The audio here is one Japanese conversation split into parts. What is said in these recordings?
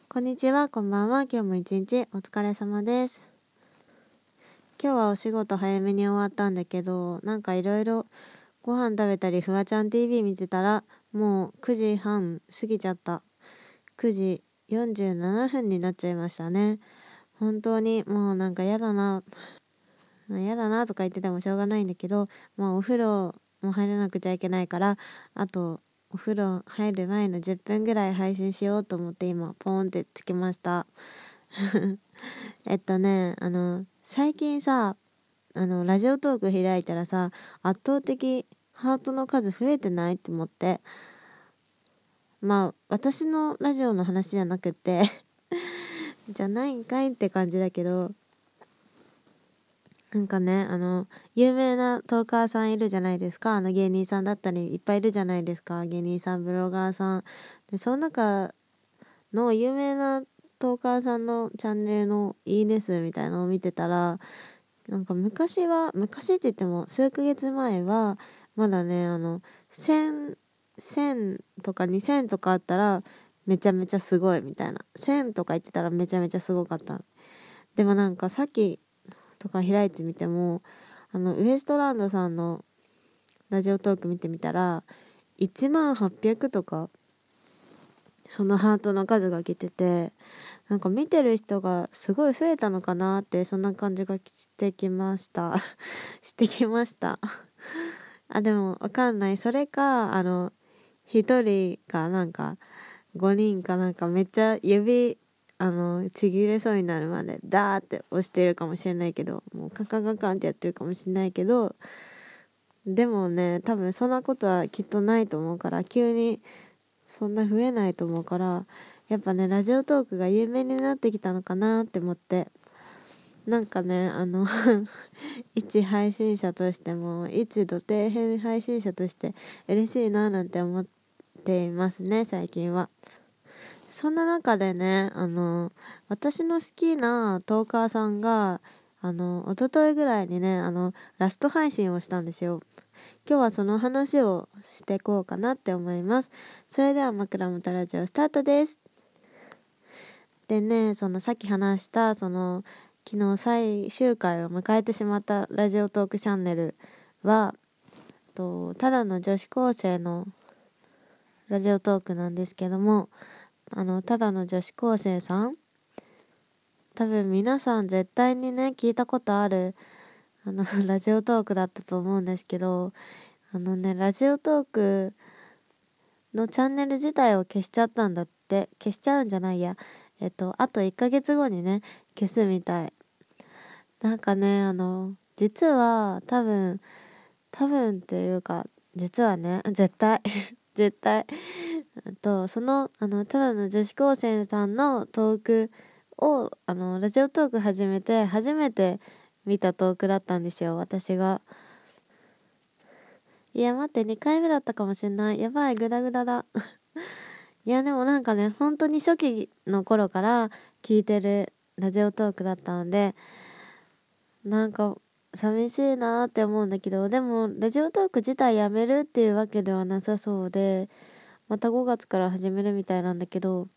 こんにちは、こんばんは。今日も一日お疲れ様です。今日はお仕事早めに終わったんだけど、なんかいろいろご飯食べたりフワちゃん TV 見てたらもう9時半過ぎちゃった。9時47分になっちゃいましたね。本当にもうなんかやだなとか言っててもしょうがないんだけど、もうお風呂も入らなくちゃいけないから、あとお風呂入る前の10分ぐらい配信しようと思って今ポーンってつけました。最近さ、ラジオトーク開いたらさ、圧倒的ハートの数増えてないって思って。まあ私のラジオの話じゃなくてじゃないんかいって感じだけど、なんかね、有名なトーカーさんいるじゃないですか。芸人さんだったりいっぱいいるじゃないですか。芸人さん、ブロガーさん。で、その中の有名なトーカーさんのチャンネルのいいね数みたいなのを見てたら、なんか昔って言っても数ヶ月前は、まだね、1000とか2000とかあったら、めちゃめちゃすごいみたいな。1000とか言ってたらめちゃめちゃすごかった。でもなんかさっき、とか開いてみてもウエストランドさんのラジオトーク見てみたら10800とかそのハートの数が来てて、なんか見てる人がすごい増えたのかなって、そんな感じがしてきましたしてきましたあ、でもわかんない。それか一人がなんか5人かなんかめっちゃ指ちぎれそうになるまでダーって押してるかもしれないけど、もうカンカンカンカンってやってるかもしれないけど、でもね、多分そんなことはきっとないと思うから、急にそんな増えないと思うから、やっぱね、ラジオトークが有名になってきたのかなって思って、なんかね、一配信者としても、一土底辺配信者として嬉しいななんて思っていますね、最近は。そんな中でね、私の好きなトーカーさんが、一昨日ぐらいにね、ラスト配信をしたんですよ。今日はその話をしていこうかなって思います。それでは枕元ラジオスタートです。でね、さっき話した、昨日最終回を迎えてしまったラジオトークチャンネルは、ただの女子高生のラジオトークなんですけども、ただの女子高生さん、多分皆さん絶対にね聞いたことあるラジオトークだったと思うんですけど、ラジオトークのチャンネル自体を消しちゃったんだって。消しちゃうんじゃないや、あと1ヶ月後にね消すみたい。なんかね、実は多分っていうか、実はね、絶対絶対ただの女子高生さんのトークをラジオトーク始めて初めて見たトークだったんですよ、私が。いや待って、2回目だったかもしれない。やばい、グダグダだいやでもなんかね、本当に初期の頃から聞いてるラジオトークだったので、なんか寂しいなーって思うんだけど、でもラジオトーク自体やめるっていうわけではなさそうで、また5月から始めるみたいなんだけど、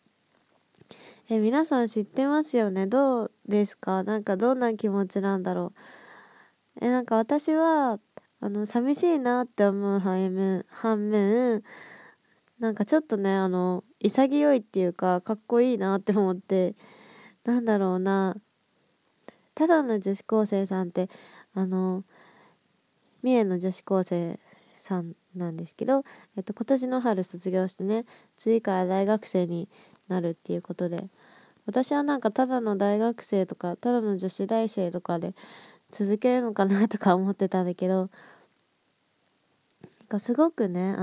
皆さん知ってますよね。どうですか？なんかどんな気持ちなんだろう。なんか私は寂しいなって思う反面、なんかちょっとね潔いっていうかかっこいいなって思って、なんだろうな、ただの女子高生さんって三重の女子高生さんなんですけど、今年の春卒業してね、次から大学生になるっていうことで、私はなんかただの大学生とかただの女子大生とかで続けるのかなとか思ってたんだけど、なんかすごくね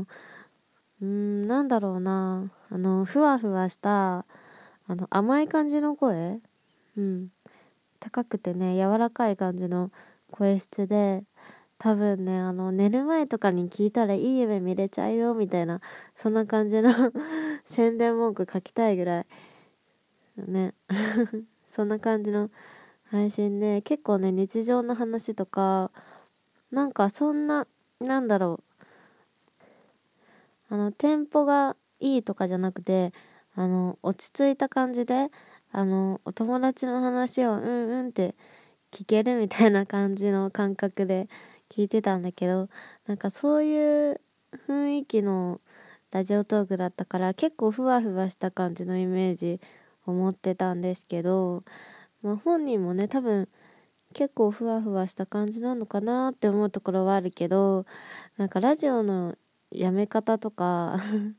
なんだろうな、ふわふわした甘い感じの声、高くてね柔らかい感じの声質で、多分ね寝る前とかに聞いたらいい夢見れちゃうよみたいな、そんな感じの宣伝文句書きたいぐらいねそんな感じの配信で、結構ね日常の話とか、なんかそんな、なんだろう、テンポがいいとかじゃなくて、 落ち着いた感じでお友達の話をって聞けるみたいな感じの感覚で聞いてたんだけど、なんかそういう雰囲気のラジオトークだったから結構ふわふわした感じのイメージを持ってたんですけど、本人もね多分結構ふわふわした感じなのかなって思うところはあるけど、なんかラジオのやめ方とか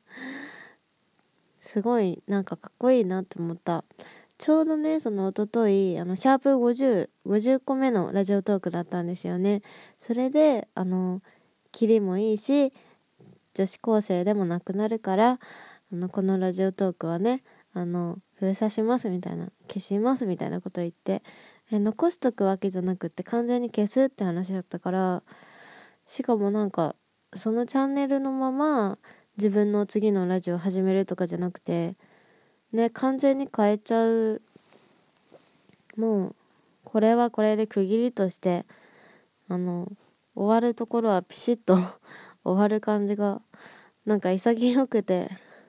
すごいなんかかっこいいなって思った。ちょうどねその一昨日シャープ50個目のラジオトークだったんですよね。それでキリもいいし女子高生でもなくなるからこのラジオトークはね封鎖しますみたいな、消しますみたいなこと言って、残しとくわけじゃなくって完全に消すって話だったから、しかもなんかそのチャンネルのまま自分の次のラジオ始めるとかじゃなくてね、完全に変えちゃう。もうこれはこれで区切りとして終わるところはピシッと終わる感じがなんか潔くて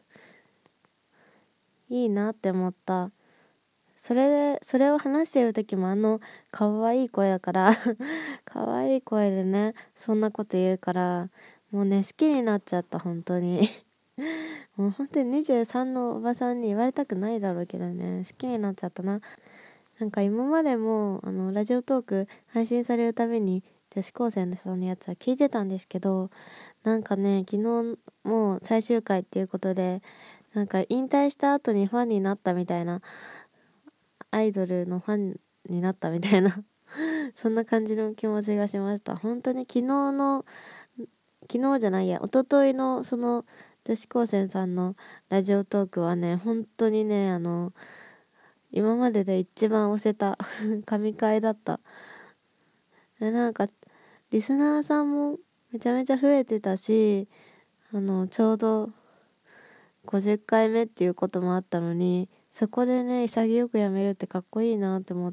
いいなって思った。それを話してる時も可愛い声だから可愛い声でねそんなこと言うから、もうね好きになっちゃった。本当にもう本当に23のおばさんに言われたくないだろうけどね、好きになっちゃったな。なんか今までもラジオトーク配信されるたびに女子高生の人のやつは聞いてたんですけど、なんかね昨日もう最終回っていうことでなんか引退した後にファンになったみたいな、アイドルのファンになったみたいなそんな感じの気持ちがしました。本当に昨日じゃないや一昨日のその女子高生さんのラジオトークはね本当にね今までで一番押せた神回だった。なんかリスナーさんもめちゃめちゃ増えてたし、ちょうど50回目っていうこともあったのに、そこでね潔くやめるってかっこいいなって思った。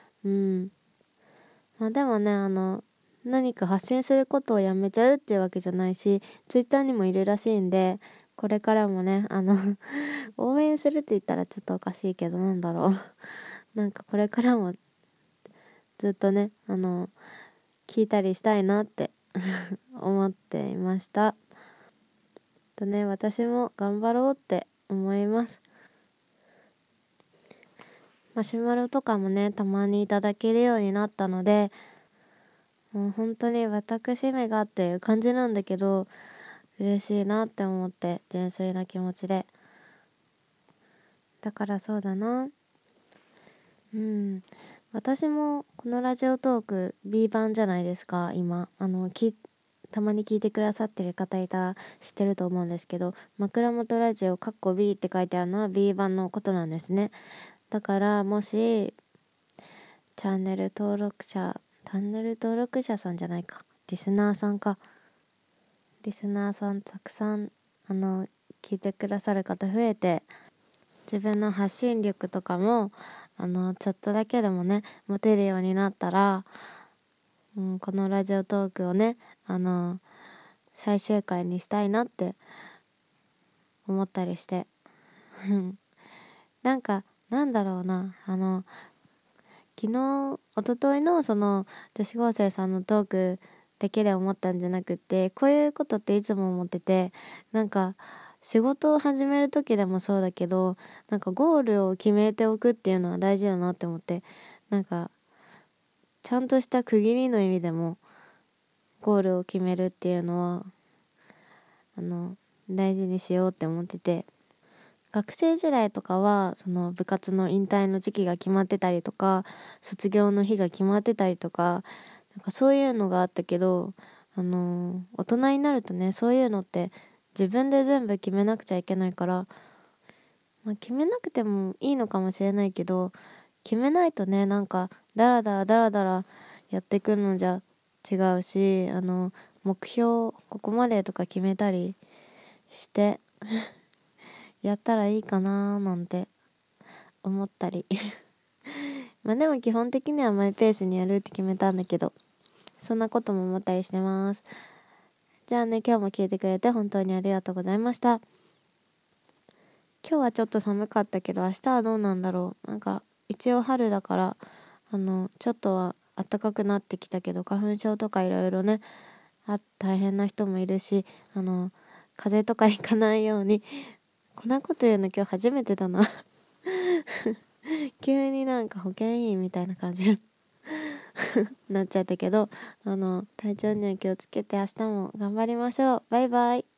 でもね何か発信することをやめちゃうっていうわけじゃないし、ツイッターにもいるらしいんで、これからもね応援するって言ったらちょっとおかしいけど、なんだろうなんかこれからもずっとね聞いたりしたいなって思っていました。私も頑張ろうって思います。マシュマロとかもねたまにいただけるようになったので、もう本当に私めがっていう感じなんだけど、嬉しいなって思って、純粋な気持ちで。だからそうだな、私もこのラジオトーク B 版じゃないですか今。たまに聞いてくださってる方いたら知ってると思うんですけど、枕元ラジオB って書いてあるのは B 版のことなんですね。だからもしチャンネル登録者さんじゃないか、リスナーさんたくさん聞いてくださる方増えて、自分の発信力とかもちょっとだけでもね持てるようになったら、このラジオトークをね最終回にしたいなって思ったりしてなんかなんだろうな、一昨日のその女子高生さんのトークだけで思ったんじゃなくって、こういうことっていつも思ってて、なんか仕事を始める時でもそうだけど、なんかゴールを決めておくっていうのは大事だなって思って、なんかちゃんとした区切りの意味でもゴールを決めるっていうのは大事にしようって思ってて、学生時代とかはその部活の引退の時期が決まってたりとか、卒業の日が決まってたりとか、なんかそういうのがあったけど、大人になるとねそういうのって自分で全部決めなくちゃいけないから、決めなくてもいいのかもしれないけど、決めないとねなんかダラダラやってくるのじゃ違うし、目標ここまでとか決めたりしてやったらいいかななんて思ったりでも基本的にはマイペースにやるって決めたんだけど、そんなことも思ったりしてます。じゃあね、今日も聞いてくれて本当にありがとうございました。 今日はちょっと寒かったけど明日はどうなんだろう。なんか一応春だからちょっとは暖かくなってきたけど、花粉症とかいろいろね、大変な人もいるし、風邪とかひかないようにこんなこと言うの今日初めてだな急になんか保健委員みたいな感じになっちゃったけど、体調には気をつけて明日も頑張りましょう。バイバイ。